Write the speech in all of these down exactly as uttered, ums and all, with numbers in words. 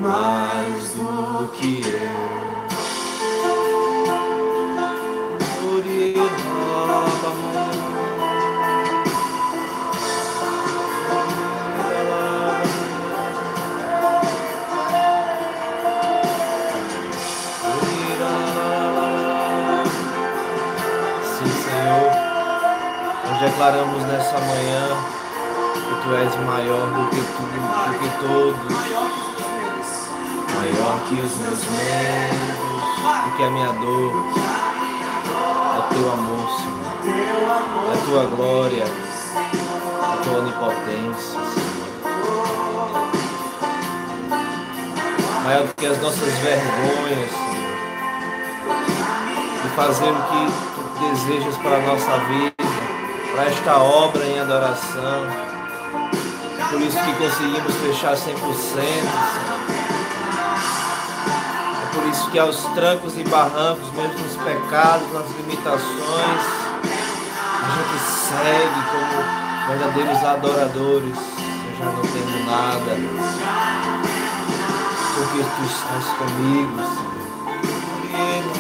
mais do que eu. Declaramos nessa manhã que Tu és maior do que tudo, do que todos, maior que os meus medos, do que a minha dor. É Teu amor, Senhor, é Tua glória, é Tua onipotência, Senhor. Maior do que as nossas vergonhas, Senhor, de fazer o que Tu desejas para a nossa vida, para esta obra em adoração. Por isso que conseguimos fechar cem por cento. É por isso que aos trancos e barrancos, mesmo nos pecados, nas limitações, a gente segue como verdadeiros adoradores, já não tendo nada, porque Tu estás comigo, Senhor.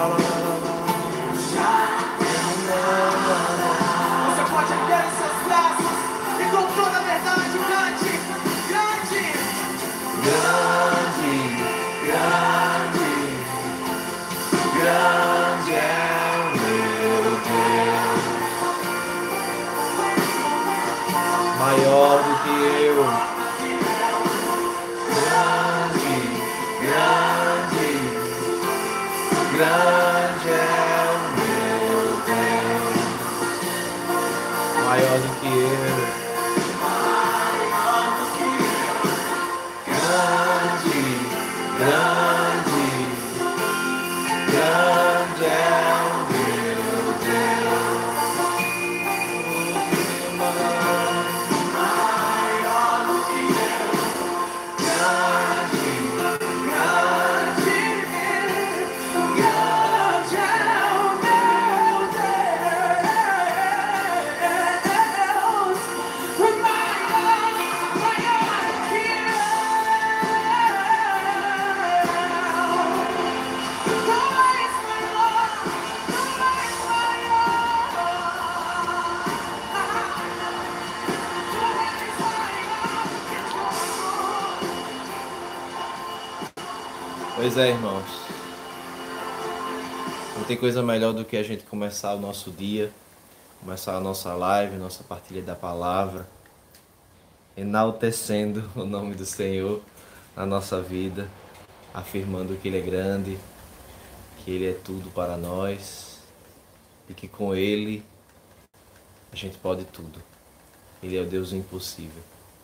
Grande, grande, grande é o meu Deus, maior do que eu. Grande, grande, grande é o meu Deus, maior do que eu. Grande, grande é o meu Deus, maior do que eu. Grande, grande, grande é o meu Deus, maior, maior do que eu. Pois é, irmãos, não tem coisa melhor do que a gente começar o nosso dia, começar a nossa live, nossa partilha da palavra, enaltecendo o nome do Senhor na nossa vida, afirmando que Ele é grande, que Ele é tudo para nós e que com Ele a gente pode tudo. Ele é o Deus do impossível.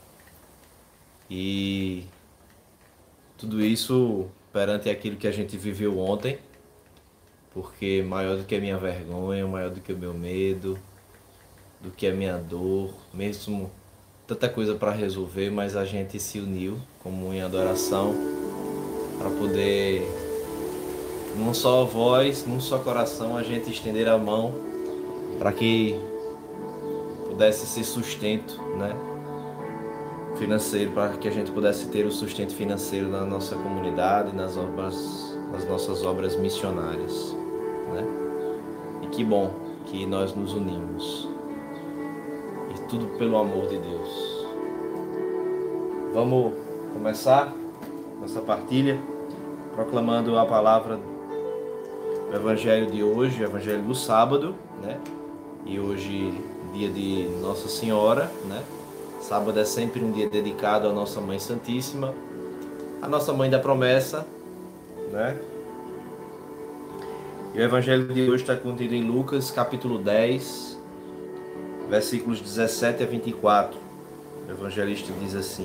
E tudo isso perante aquilo que a gente viveu ontem, porque maior do que a minha vergonha, maior do que o meu medo, do que a minha dor, mesmo tanta coisa para resolver, mas a gente se uniu como em adoração para poder, num só voz, num só coração, a gente estender a mão para que pudesse ser sustento, né? financeiro, para que a gente pudesse ter o sustento financeiro na nossa comunidade, nas obras, nas nossas obras missionárias, né? E que bom que nós nos unimos, e tudo pelo amor de Deus. Vamos começar nossa partilha proclamando a palavra do Evangelho de hoje, o Evangelho do sábado, né? E hoje, dia de Nossa Senhora, né? Sábado é sempre um dia dedicado à Nossa Mãe Santíssima, a Nossa Mãe da Promessa, né? E o Evangelho de hoje está contido em Lucas, capítulo dez, versículos dezessete a vinte e quatro. O evangelista diz assim: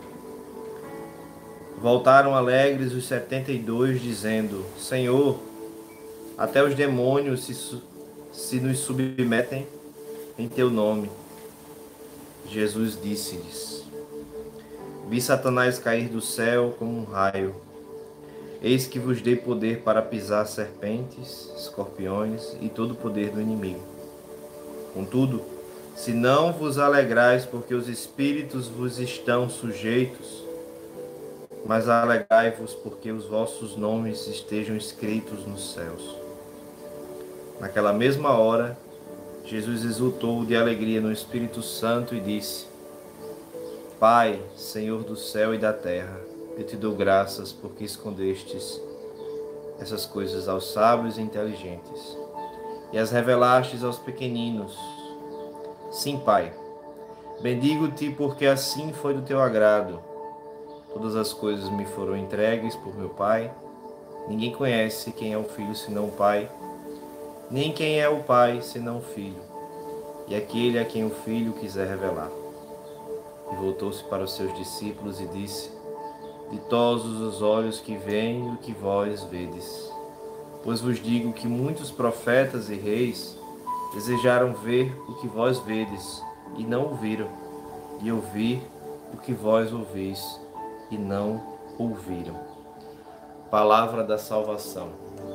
Voltaram alegres os setenta e dois, dizendo: Senhor, até os demônios se, se nos submetem em teu nome. Jesus disse-lhes: Vi Satanás cair do céu como um raio. Eis que vos dei poder para pisar serpentes, escorpiões e todo o poder do inimigo. Contudo, se não vos alegrais porque os espíritos vos estão sujeitos, mas alegrai-vos porque os vossos nomes estejam escritos nos céus. Naquela mesma hora, Jesus exultou de alegria no Espírito Santo e disse: Pai, Senhor do céu e da terra, eu te dou graças porque escondestes essas coisas aos sábios e inteligentes e as revelastes aos pequeninos. Sim, Pai, bendigo-te porque assim foi do teu agrado. Todas as coisas me foram entregues por meu Pai. Ninguém conhece quem é o Filho senão o Pai, nem quem é o Pai senão o Filho, e aquele a quem o Filho quiser revelar. E voltou-se para os seus discípulos e disse: Ditosos os olhos que veem o que vós vedes. Pois vos digo que muitos profetas e reis desejaram ver o que vós vedes, e não o viram, e ouvir o que vós ouvis, e não ouviram. Palavra da salvação.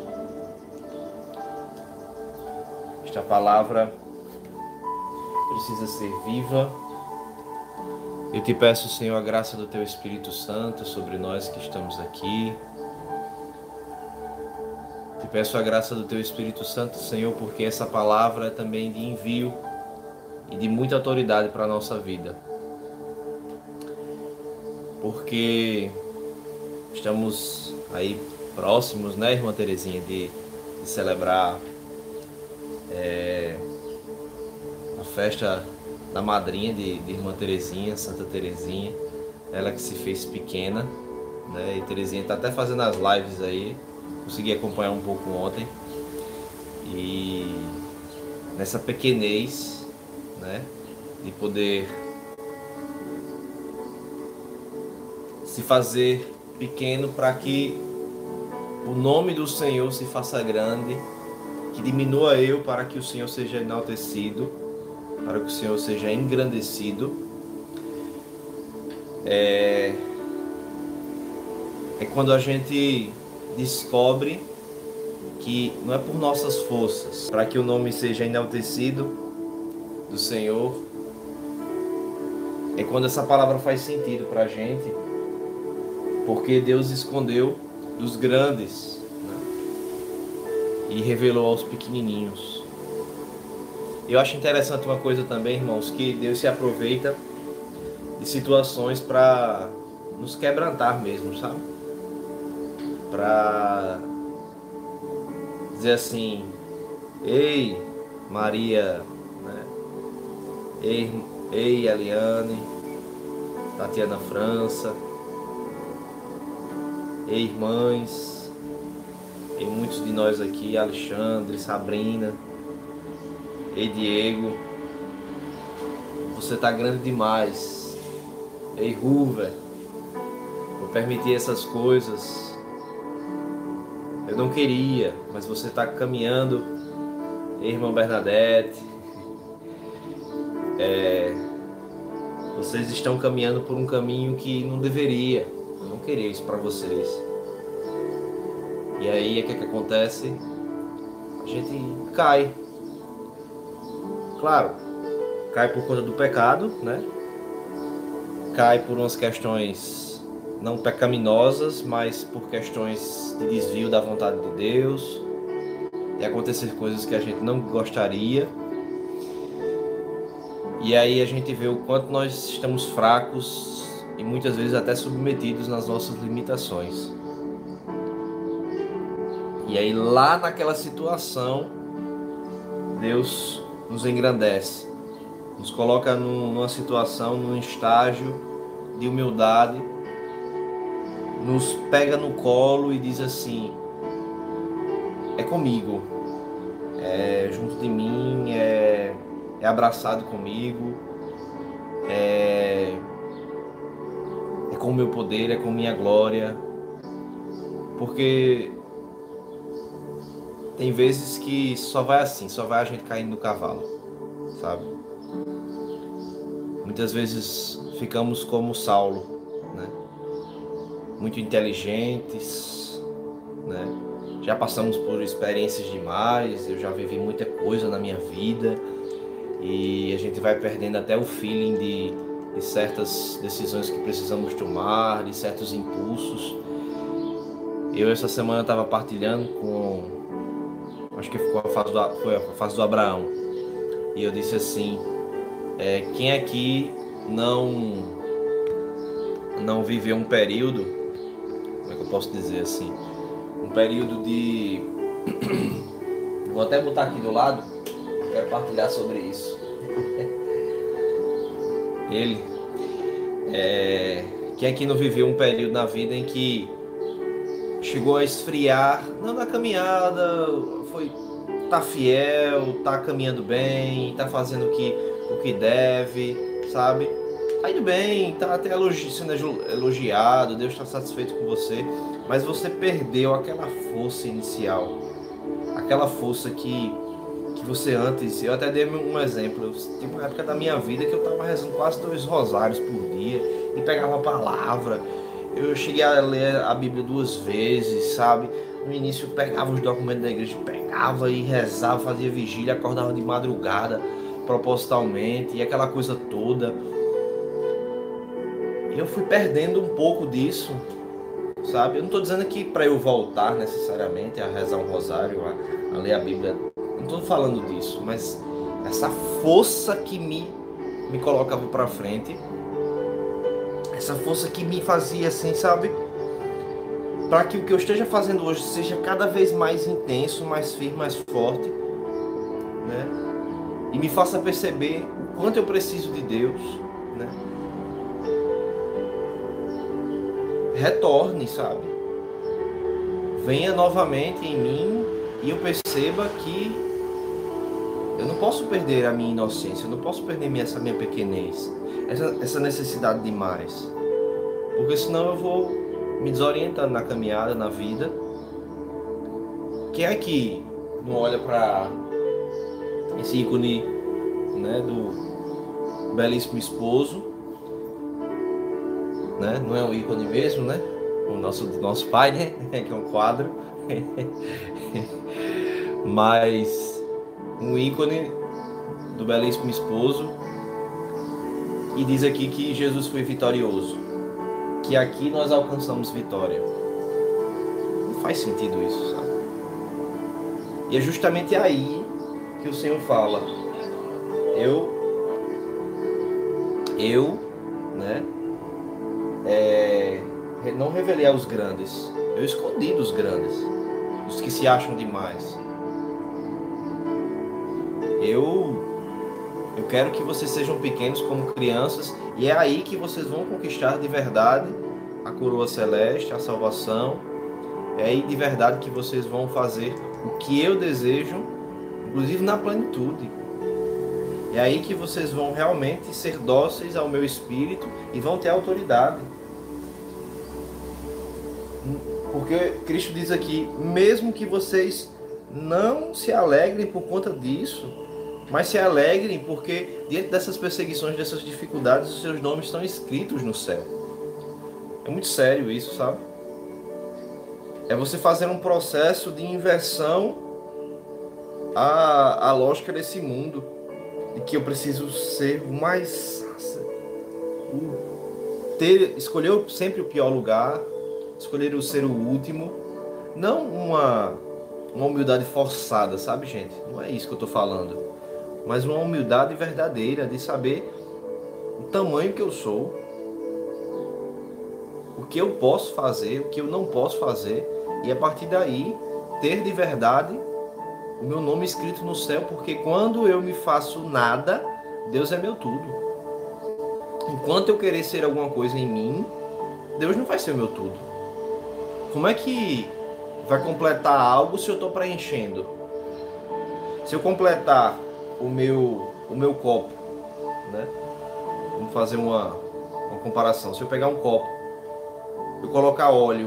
Esta palavra precisa ser viva. Eu te peço, Senhor, a graça do Teu Espírito Santo sobre nós que estamos aqui. Te peço a graça do Teu Espírito Santo, Senhor, porque essa palavra é também de envio e de muita autoridade para a nossa vida. Porque estamos aí próximos, né, irmã Terezinha, de, de celebrar é, a festa da madrinha de, de irmã Terezinha, Santa Terezinha, ela que se fez pequena, né, e Terezinha está até fazendo as lives aí, consegui acompanhar um pouco ontem, e nessa pequenez, né, de poder se fazer pequeno para que o nome do Senhor se faça grande, que diminua eu para que o Senhor seja enaltecido, para que o Senhor seja engrandecido. É, é quando a gente descobre que não é por nossas forças, para que o nome seja enaltecido do Senhor. É quando essa palavra faz sentido para a gente, porque Deus escondeu dos grandes, né, e revelou aos pequenininhos. Eu acho interessante uma coisa também, irmãos, que Deus se aproveita de situações para nos quebrantar mesmo, sabe? Para dizer assim: ei, Maria, né? Ei, ei, Eliane, Tatiana França, ei, irmãs, e muitos de nós aqui, Alexandre, Sabrina, ei, Diego, você tá grande demais. Ei, Ruver, eu permiti essas coisas, eu não queria, mas você tá caminhando. Ei, irmã Bernadette, é, vocês estão caminhando por um caminho que não deveria. Eu não queria isso para vocês. E aí, o que é que acontece? A gente cai. Claro, cai por conta do pecado, né? Cai por umas questões não pecaminosas, mas por questões de desvio da vontade de Deus, de acontecer coisas que a gente não gostaria. E aí a gente vê o quanto nós estamos fracos e muitas vezes até submetidos nas nossas limitações. E aí lá naquela situação, Deus nos engrandece, nos coloca num, numa situação, num estágio de humildade, nos pega no colo e diz assim: é comigo, é junto de mim, é, é abraçado comigo, é, é com o meu poder, é com minha glória. Porque tem vezes que só vai assim, só vai a gente caindo no cavalo, sabe? Muitas vezes ficamos como Saulo, né? Muito inteligentes, né? Já passamos por experiências demais, eu já vivi muita coisa na minha vida e a gente vai perdendo até o feeling de, de certas decisões que precisamos tomar, de certos impulsos. Eu essa semana estava partilhando com, acho que ficou a fase do, foi a fase do Abraão, e eu disse assim, é, quem aqui não, não viveu um período, como é que eu posso dizer assim, um período de, vou até botar aqui do lado, quero partilhar sobre isso. Ele, é, quem aqui não viveu um período na vida em que chegou a esfriar, não na caminhada, foi, tá fiel, tá caminhando bem, tá fazendo o que, o que deve, sabe? Tá indo bem, tá até elogi, sendo elogiado, Deus está satisfeito com você, mas você perdeu aquela força inicial, aquela força que, que você antes, eu até dei um exemplo, eu tive uma época da minha vida que eu tava rezando quase dois rosários por dia, e pegava a palavra. Eu cheguei a ler a Bíblia duas vezes, sabe? No início eu pegava os documentos da igreja, pegava e rezava, fazia vigília, acordava de madrugada, propositalmente, e aquela coisa toda. E eu fui perdendo um pouco disso, sabe? Eu não estou dizendo que para eu voltar necessariamente a rezar um rosário, a, a ler a Bíblia, não estou falando disso, mas essa força que me, me colocava para frente, essa força que me fazia assim, sabe? Para que o que eu esteja fazendo hoje seja cada vez mais intenso, mais firme, mais forte, né? E me faça perceber o quanto eu preciso de Deus, né? Retorne, sabe? Venha novamente em mim e eu perceba que eu não posso perder a minha inocência, eu não posso perder essa minha pequenez, essa, essa necessidade de mais. Porque senão eu vou me desorientando na caminhada, na vida. Quem é que não olha para esse ícone, né, do belíssimo esposo, né? Não é um ícone mesmo, né? O nosso, nosso pai, né? Que é um quadro. Mas um ícone do belíssimo esposo. E diz aqui que Jesus foi vitorioso, que aqui nós alcançamos vitória. Não faz sentido isso, sabe? E é justamente aí que o Senhor fala, eu, eu, né, é, não revelei aos grandes, eu escondi dos grandes, dos que se acham demais. Eu, eu quero que vocês sejam pequenos como crianças, e é aí que vocês vão conquistar de verdade a coroa celeste, a salvação. É aí de verdade que vocês vão fazer o que eu desejo, inclusive na plenitude. É aí que vocês vão realmente ser dóceis ao meu espírito e vão ter autoridade. Porque Cristo diz aqui, mesmo que vocês não se alegrem por conta disso, mas se alegrem porque diante dessas perseguições, dessas dificuldades, os seus nomes estão escritos no céu. É muito sério isso, sabe? É você fazer um processo de inversão à, à lógica desse mundo, de que eu preciso ser o mais... ter, escolher sempre o pior lugar, escolher o ser o último, não uma, uma humildade forçada, sabe, gente? Não é isso que eu estou falando, mas uma humildade verdadeira de saber o tamanho que eu sou, o que eu posso fazer, o que eu não posso fazer, e a partir daí ter de verdade o meu nome escrito no céu, porque quando eu me faço nada, Deus é meu tudo. Enquanto eu querer ser alguma coisa em mim, Deus não vai ser o meu tudo. Como é que vai completar algo se eu estou preenchendo? Se eu completar o meu, o meu copo, né? Vamos fazer uma, uma comparação. Se eu pegar um copo, eu colocar óleo,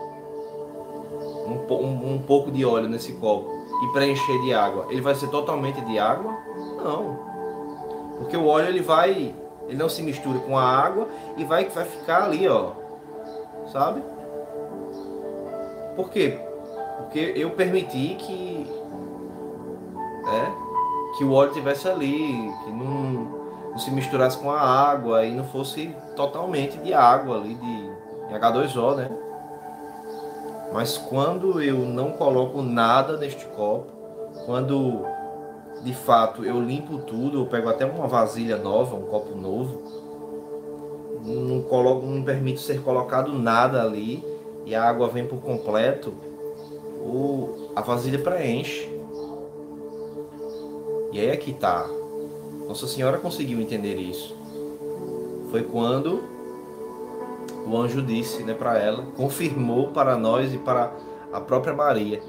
um, um, um pouco de óleo nesse copo e preencher de água, ele vai ser totalmente de água? Não. Porque o óleo ele vai, ele não se mistura com a água e vai, vai ficar ali, ó. Sabe? Por quê? Porque eu permiti que, é, que o óleo estivesse ali, que não, não se misturasse com a água e não fosse totalmente de água ali, de H dois O, né? Mas quando eu não coloco nada neste copo, quando de fato eu limpo tudo, eu pego até uma vasilha nova, um copo novo, não, coloco, não permito ser colocado nada ali e a água vem por completo, o, a vasilha preenche. E aí é que tá. Nossa Senhora conseguiu entender isso. Foi quando o anjo disse, né, para ela, confirmou para nós e para a própria Maria,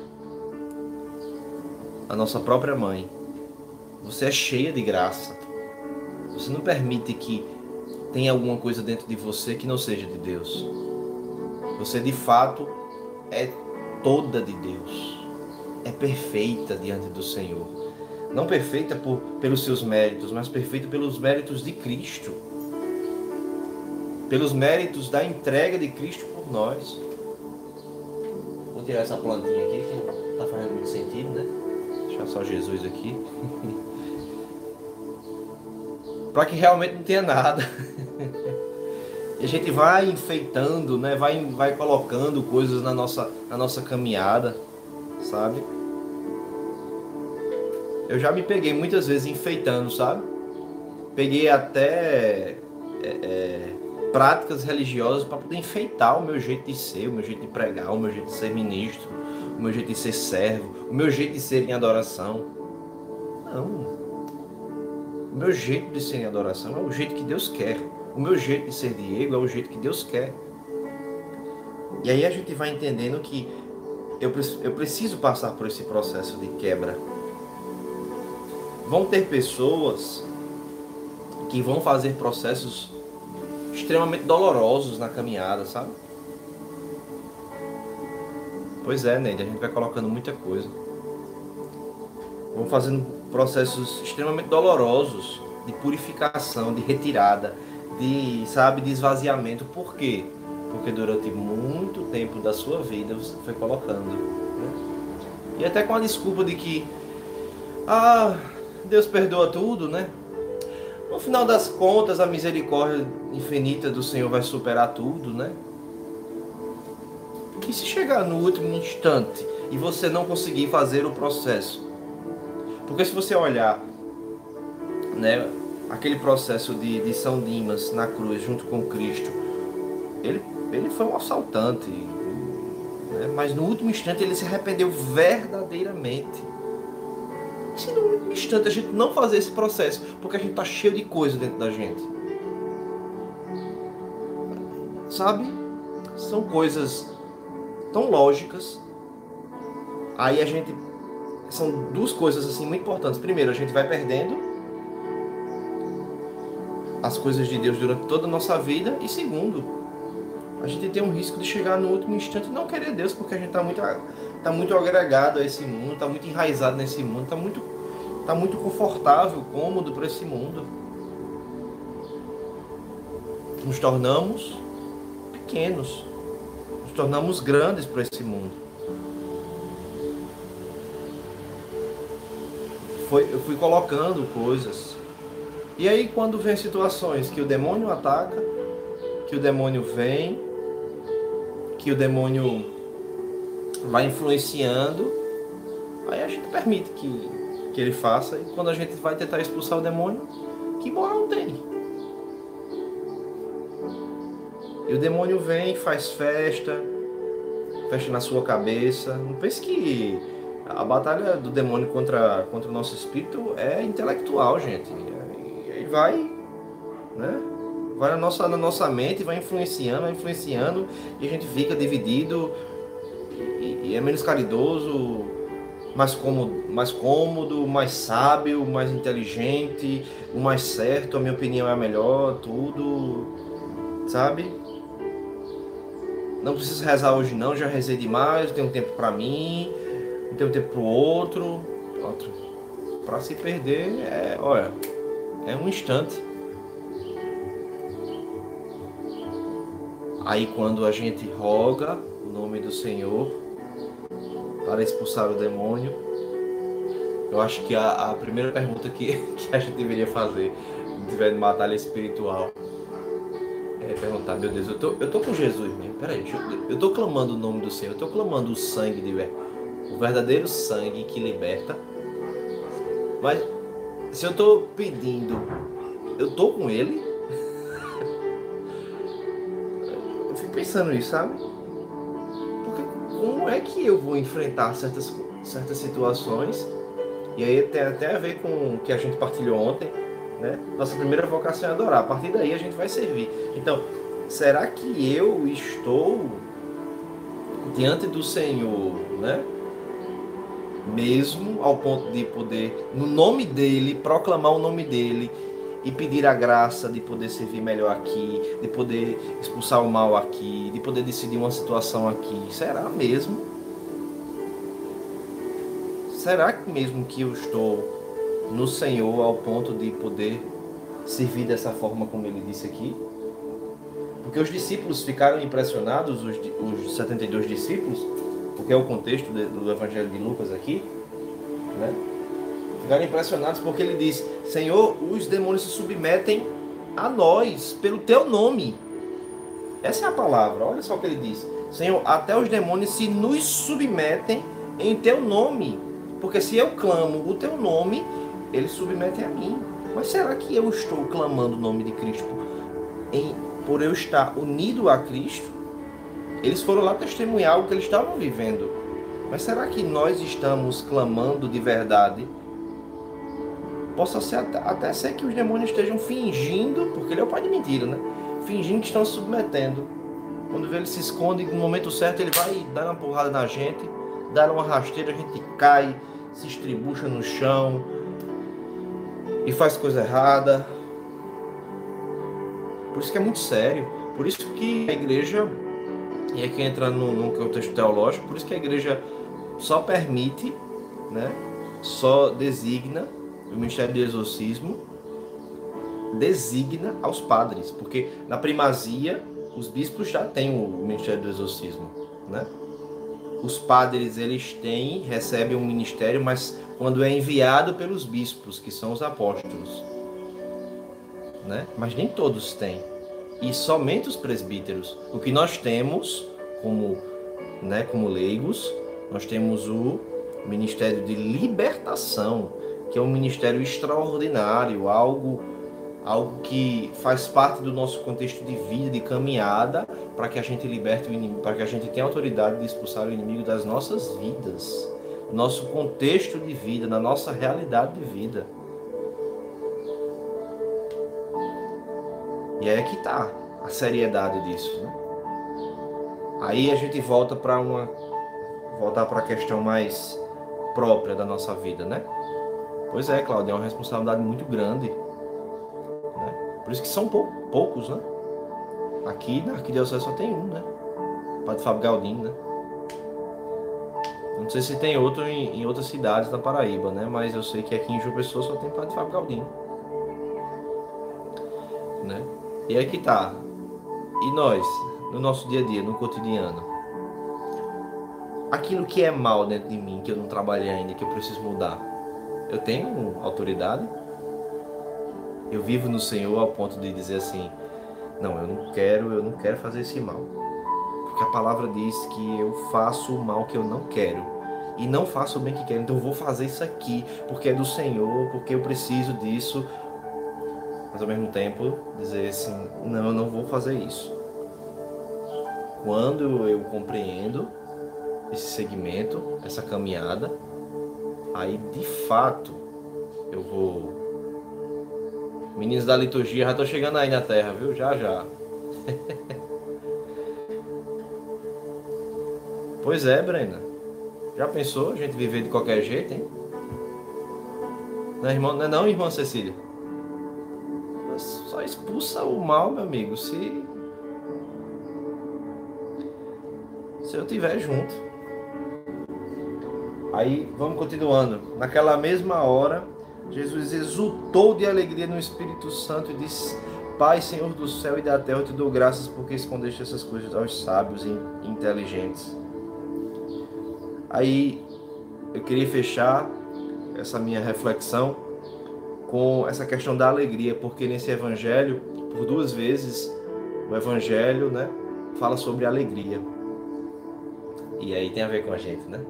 a nossa própria mãe: você é cheia de graça. Você não permite que tenha alguma coisa dentro de você que não seja de Deus. Você de fato é toda de Deus. É perfeita diante do Senhor. Não perfeita por, pelos seus méritos, mas perfeita pelos méritos de Cristo. Pelos méritos da entrega de Cristo por nós. Vou tirar essa plantinha aqui, que não está fazendo muito sentido, né? Deixar só Jesus aqui. Para que realmente não tenha nada. E a gente vai enfeitando, né? vai, vai colocando coisas na nossa, na nossa caminhada, sabe? Eu já me peguei muitas vezes enfeitando, sabe? Peguei até é, é, práticas religiosas para poder enfeitar o meu jeito de ser, o meu jeito de pregar, o meu jeito de ser ministro, o meu jeito de ser servo, o meu jeito de ser em adoração. Não. O meu jeito de ser em adoração é o jeito que Deus quer. O meu jeito de ser Diego é o jeito que Deus quer. E aí a gente vai entendendo que eu, eu preciso passar por esse processo de quebra. Vão ter pessoas que vão fazer processos extremamente dolorosos na caminhada, sabe? Pois é, Neide, a gente vai colocando muita coisa. Vão fazendo processos extremamente dolorosos de purificação, de retirada, de, sabe, de esvaziamento. Por quê? Porque durante muito tempo da sua vida você foi colocando, né? E até com a desculpa de que ah, Deus perdoa tudo, né? No final das contas, a misericórdia infinita do Senhor vai superar tudo, né? E se chegar no último instante e você não conseguir fazer o processo? Porque se você olhar, né, aquele processo de, de São Dimas na cruz junto com Cristo, ele, ele foi um assaltante, né? Mas no último instante ele se arrependeu verdadeiramente. E se no último instante a gente não fazer esse processo, porque a gente está cheio de coisa dentro da gente, sabe? São coisas tão lógicas. Aí a gente... São duas coisas assim muito importantes. Primeiro, a gente vai perdendo as coisas de Deus durante toda a nossa vida. E segundo, a gente tem um risco de chegar no último instante e não querer Deus, porque a gente está muito, tá muito agregado a esse mundo, está muito enraizado nesse mundo, está muito, tá muito confortável, cômodo para esse mundo. Nos tornamos pequenos, nos tornamos grandes para esse mundo. Foi, eu fui colocando coisas. E aí quando vem situações que o demônio ataca, que o demônio vem, que o demônio vai influenciando, aí a gente permite que, que ele faça. E quando a gente vai tentar expulsar o demônio, que moral não tem. E o demônio vem, faz festa, festa na sua cabeça. Não pense que a batalha do demônio contra, contra o nosso espírito é intelectual, gente. E aí vai, né? Vai na nossa, na nossa mente, vai influenciando, vai influenciando, e a gente fica dividido, e, e é menos caridoso, mais cômodo, mais cômodo, mais sábio, mais inteligente, o mais certo, a minha opinião é a melhor, tudo, sabe? Não preciso rezar hoje não, já rezei demais, tenho um tempo pra mim, não tenho tempo pro outro. outro. Pra se perder, é, olha, é um instante. Aí quando a gente roga o nome do Senhor para expulsar o demônio, Eu acho que a, a primeira pergunta que, que a gente deveria fazer, se tiver uma batalha espiritual, é perguntar, meu Deus, eu tô, eu tô com Jesus mesmo, peraí, deixa eu, eu tô clamando o nome do Senhor, eu tô clamando o sangue de ver- o verdadeiro sangue que liberta, mas se eu tô pedindo, eu tô com Ele? Eu fico pensando nisso, sabe? Porque como é que eu vou enfrentar certas, certas situações? E aí tem até a ver com o que a gente partilhou ontem, né? Nossa primeira vocação é adorar. A partir daí a gente vai servir. Então, será que eu estou diante do Senhor, né? Mesmo ao ponto de poder, no nome dele, proclamar o nome dele e pedir a graça de poder servir melhor aqui, de poder expulsar o mal aqui, de poder decidir uma situação aqui. Será mesmo? Será que mesmo que eu estou no Senhor ao ponto de poder servir dessa forma como ele disse aqui? Porque os discípulos ficaram impressionados, os, os setenta e dois discípulos, porque é o contexto do Evangelho de Lucas aqui, né? Ficaram impressionados porque ele diz: Senhor, os demônios se submetem a nós pelo teu nome. Essa é a palavra, olha só o que ele diz: Senhor, até os demônios se nos submetem em teu nome. Porque se eu clamo o teu nome, eles submetem a mim. Mas será que eu estou clamando o nome de Cristo em, por eu estar unido a Cristo? Eles foram lá testemunhar o que eles estavam vivendo. Mas será que nós estamos clamando de verdade? Possa ser até, até ser que os demônios estejam fingindo, porque ele é o pai de mentira, né? Fingindo que estão se submetendo. Quando vê, ele se esconde, no momento certo ele vai dar uma porrada na gente, dar uma rasteira, a gente cai, se estribucha no chão e faz coisa errada. Por isso que é muito sério. Por isso que a igreja, e aqui entra num, num contexto teológico, por isso que a igreja só permite, né, só designa o ministério de exorcismo, designa aos padres, porque na primazia os bispos já têm o ministério do exorcismo, né? Os padres, eles têm, recebem um ministério, mas quando é enviado pelos bispos, que são os apóstolos, né? Mas nem todos têm. E somente os presbíteros. O que nós temos como, né, como leigos, nós temos o ministério de libertação, que é um ministério extraordinário, algo algo que faz parte do nosso contexto de vida, de caminhada, para que a gente liberte o inimigo, para que a gente tenha autoridade de expulsar o inimigo das nossas vidas, nosso contexto de vida, na nossa realidade de vida. E aí é que está a seriedade disso, né? Aí a gente volta para uma voltar para a questão mais própria da nossa vida, né? Pois é, Cláudio, é uma responsabilidade muito grande. Por isso que são pou, poucos, né? Aqui na Arquidiocese só tem um, né? Padre Fábio Galdino, né? Não sei se tem outro em, em outras cidades da Paraíba, né? Mas eu sei que aqui em João Pessoa só tem Padre Fábio Galdino, né? E aí que tá. E nós, no nosso dia a dia, no cotidiano? Aquilo que é mal dentro de mim, que eu não trabalhei ainda, que eu preciso mudar, eu tenho autoridade? Eu vivo no Senhor ao ponto de dizer assim: não, eu não quero, eu não quero fazer esse mal. Porque a palavra diz que eu faço o mal que eu não quero. E não faço o bem que quero. Então eu vou fazer isso aqui, porque é do Senhor, porque eu preciso disso. Mas ao mesmo tempo, dizer assim: não, eu não vou fazer isso. Quando eu compreendo esse segmento, essa caminhada, aí de fato eu vou... Meninos da liturgia, já tô chegando aí na terra, viu? Já, já. Pois é, Brena. Já pensou a gente viver de qualquer jeito, hein? Não é, irmão? Não é não, irmã Cecília? Só expulsa o mal, meu amigo, se... Se eu tiver junto. Aí, vamos continuando. Naquela mesma hora, Jesus exultou de alegria no Espírito Santo e disse: Pai, Senhor do céu e da terra, eu te dou graças porque escondeste essas coisas aos sábios e inteligentes. Aí eu queria fechar essa minha reflexão com essa questão da alegria, porque nesse evangelho, por duas vezes, o evangelho, né, fala sobre alegria. E aí tem a ver com a gente, né?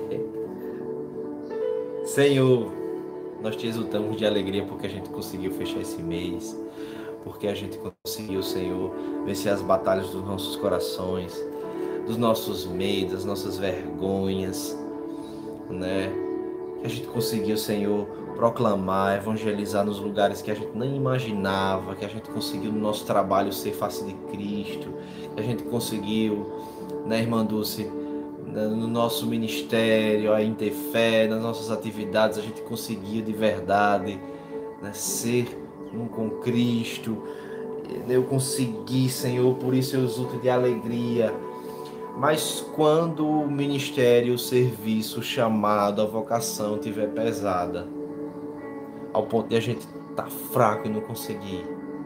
Senhor, nós te exultamos de alegria porque a gente conseguiu fechar esse mês, porque a gente conseguiu, Senhor, vencer as batalhas dos nossos corações, dos nossos medos, das nossas vergonhas, né? Que a gente conseguiu, Senhor, proclamar, evangelizar nos lugares que a gente nem imaginava, que a gente conseguiu no nosso trabalho ser face de Cristo, que a gente conseguiu, né, irmã Dulce, no nosso ministério, em ter fé, nas nossas atividades, a gente conseguiu de verdade, né, ser um com Cristo. Eu consegui, Senhor, por isso eu exulto de alegria. Mas quando o ministério, o serviço, o chamado, a vocação estiver pesada, ao ponto de a gente estar tá fraco e não conseguir,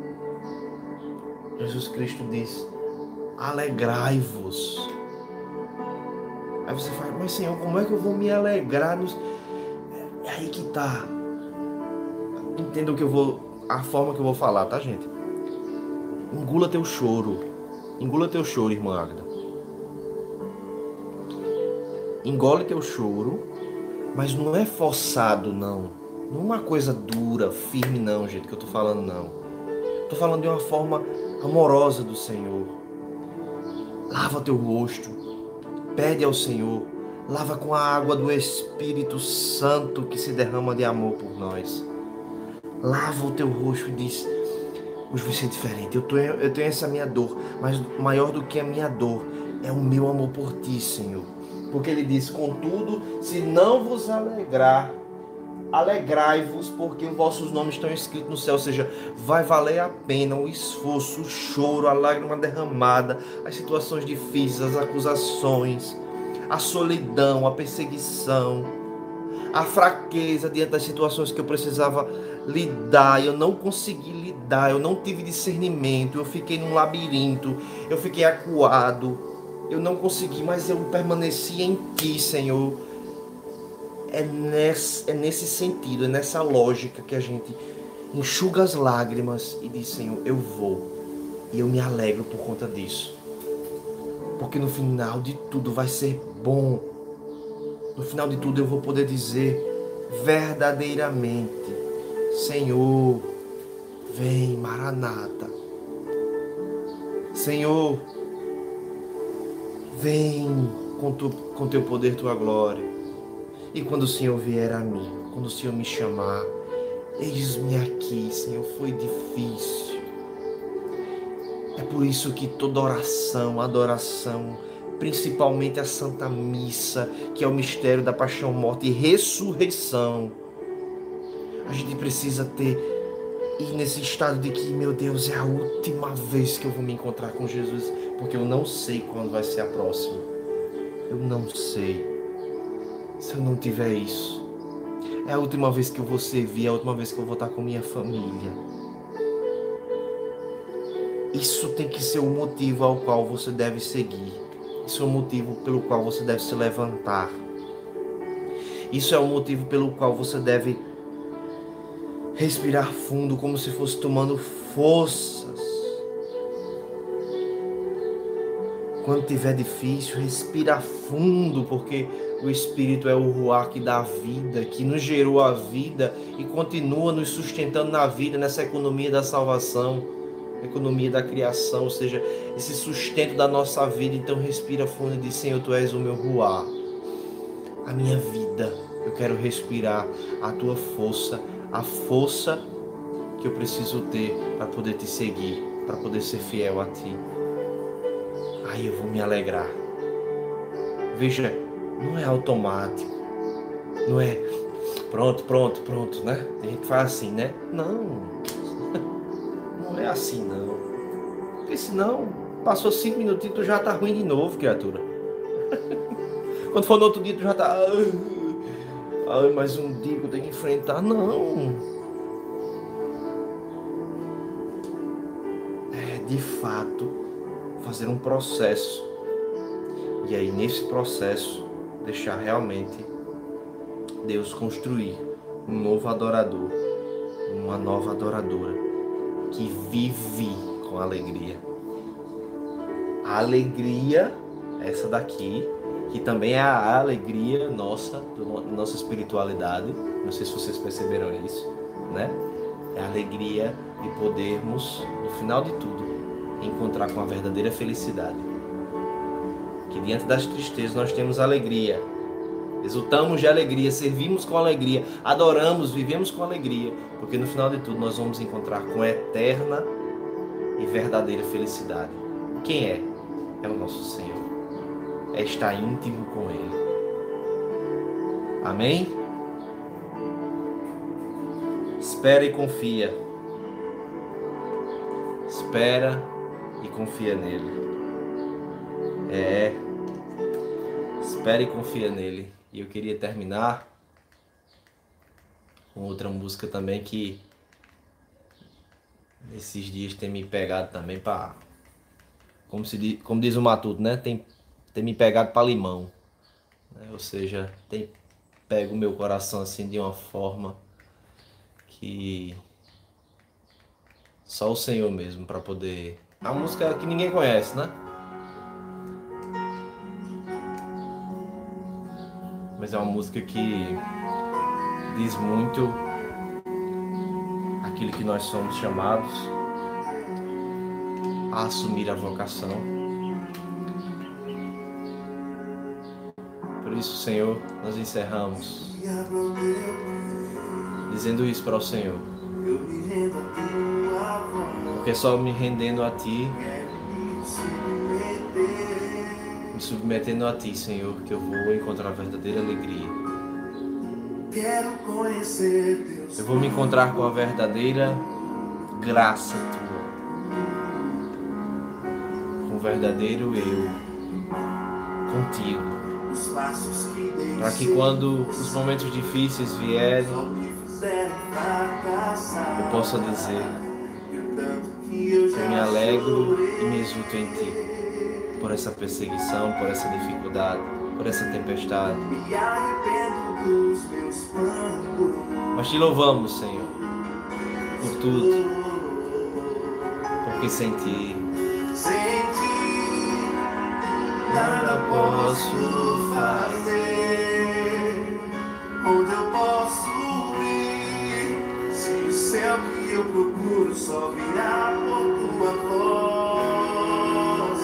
Jesus Cristo diz: alegrai-vos. Aí você fala: mas Senhor, como é que eu vou me alegrar? Nos... É aí que tá. Entenda o que eu vou, a forma que eu vou falar, tá, gente? Engula teu choro. Engula teu choro, irmã Águeda. Engole teu choro, mas não é forçado, não. Não é uma coisa dura, firme, não, gente, que eu tô falando, não. Tô falando de uma forma amorosa do Senhor. Lava teu rosto. Pede ao Senhor. Lava com a água do Espírito Santo que se derrama de amor por nós. Lava o teu rosto e diz: hoje vai ser diferente. Eu, tô, eu tenho essa minha dor, mas maior do que a minha dor é o meu amor por ti, Senhor. Porque ele diz: contudo, se não vos alegrar, alegrai-vos, porque os vossos nomes estão escritos no céu. Ou seja, vai valer a pena o esforço, o choro, a lágrima derramada, as situações difíceis, as acusações, a solidão, a perseguição, a fraqueza diante das situações que eu precisava lidar. Eu não consegui lidar, eu não tive discernimento, eu fiquei num labirinto, eu fiquei acuado. Eu não consegui, mas eu permaneci em ti, Senhor. É nesse, é nesse sentido, é nessa lógica que a gente enxuga as lágrimas e diz: Senhor, eu vou. E eu me alegro por conta disso. Porque no final de tudo vai ser bom. No final de tudo eu vou poder dizer verdadeiramente: Senhor, vem, Maranata. Senhor, vem com, tu, com teu poder, tua glória. E quando o Senhor vier a mim, quando o Senhor me chamar, eis-me aqui, Senhor. Foi difícil. É por isso que toda oração, adoração, principalmente a Santa Missa, que é o mistério da paixão, morte e ressurreição, a gente precisa ter, ir nesse estado de que, meu Deus, é a última vez que eu vou me encontrar com Jesus, porque eu não sei quando vai ser a próxima. Eu não sei. Se eu não tiver isso, é a última vez que eu vou servir, é a última vez que eu vou estar com minha família. Isso tem que ser o motivo ao qual você deve seguir. Isso é o motivo pelo qual você deve se levantar. Isso é o motivo pelo qual você deve respirar fundo, como se fosse tomando forças. Quando tiver difícil, respira fundo, porque o Espírito é o ruá que dá a vida, que nos gerou a vida e continua nos sustentando na vida, nessa economia da salvação, economia da criação, ou seja, esse sustento da nossa vida. Então respira fundo e diz: Senhor, Tu és o meu ruá, a minha vida. Eu quero respirar a Tua força, a força que eu preciso ter para poder Te seguir, para poder ser fiel a Ti. Aí eu vou me alegrar. Veja, não é automático. Não é pronto, pronto, pronto, né? Tem gente que fala assim, né? Não. Não é assim, não. Porque senão, passou cinco minutinhos, tu já tá ruim de novo, criatura. Quando for no outro dia, tu já tá... Ai, mais um dia que eu tenho que enfrentar. Não. É, de fato, fazer um processo. E aí, nesse processo, deixar realmente Deus, construir um novo adorador, uma nova adoradora que vive com alegria. A alegria, essa daqui, que também é a alegria nossa, da nossa espiritualidade, não sei se vocês perceberam isso, né? É a alegria de podermos, no final de tudo, encontrar com a verdadeira felicidade. Que diante das tristezas nós temos alegria, exultamos de alegria, servimos com alegria, adoramos, vivemos com alegria, porque no final de tudo nós vamos encontrar com a eterna e verdadeira felicidade. Quem é? É o nosso Senhor. É estar íntimo com Ele. Amém? Espera e confia. Espera e confia nele. É. Espera e confia nele. E eu queria terminar com outra música também que nesses dias tem me pegado também para, como se diz, como diz o Matuto, né? Tem, tem me pegado para limão, né? Ou seja, tem pego o meu coração assim de uma forma que só o Senhor mesmo para poder. A música que ninguém conhece, né? Mas é uma música que diz muito aquilo que nós somos chamados a assumir a vocação. Por isso, Senhor, nós encerramos dizendo isso para o Senhor. Porque só me rendendo a Ti, me submetendo a Ti, Senhor, que eu vou encontrar a verdadeira alegria. Eu vou me encontrar com a verdadeira graça Tua, com o verdadeiro eu contigo, para que quando os momentos difíceis vierem, eu possa dizer que eu me alegro e me exulto em Ti, por essa perseguição, por essa dificuldade, por essa tempestade. Mas Te louvamos, Senhor, por tudo, porque sem Ti nada posso fazer. Onde eu posso ir, se o céu que eu procuro só virá por Tua voz.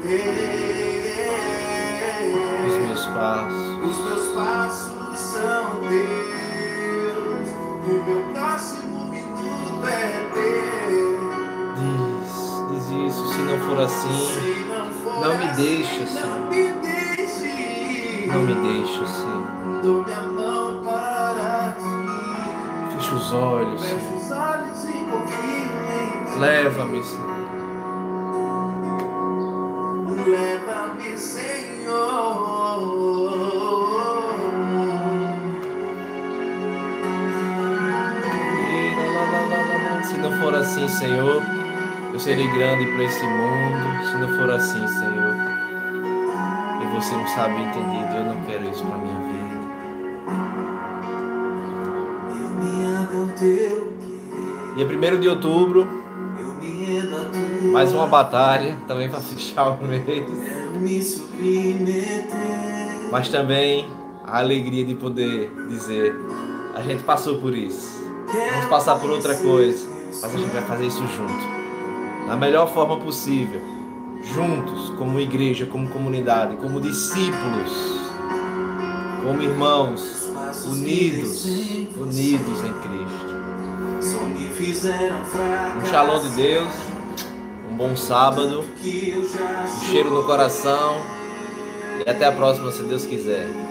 Os meus passos, os meus passos são Teus, o meu próximo e tudo é Teu. Diz, diz isso, se não for assim, não me deixe assim, não me deixe assim. Dou minha mão para Ti, fecha os olhos, leva-me, Senhor. Leva-me, Senhor. Se não for assim, Senhor, eu serei grande para esse mundo. Se não for assim, Senhor, e você não sabe entendido, eu não quero isso para minha vida. Dia primeiro de outubro, mais uma batalha, também para fechar o mês. Mas também a alegria de poder dizer, a gente passou por isso, vamos passar por outra coisa, mas a gente vai fazer isso junto, da melhor forma possível, juntos, como igreja, como comunidade, como discípulos, como irmãos, unidos, unidos em Cristo. Um shalom de Deus, um bom sábado, um cheiro no coração e até a próxima, se Deus quiser.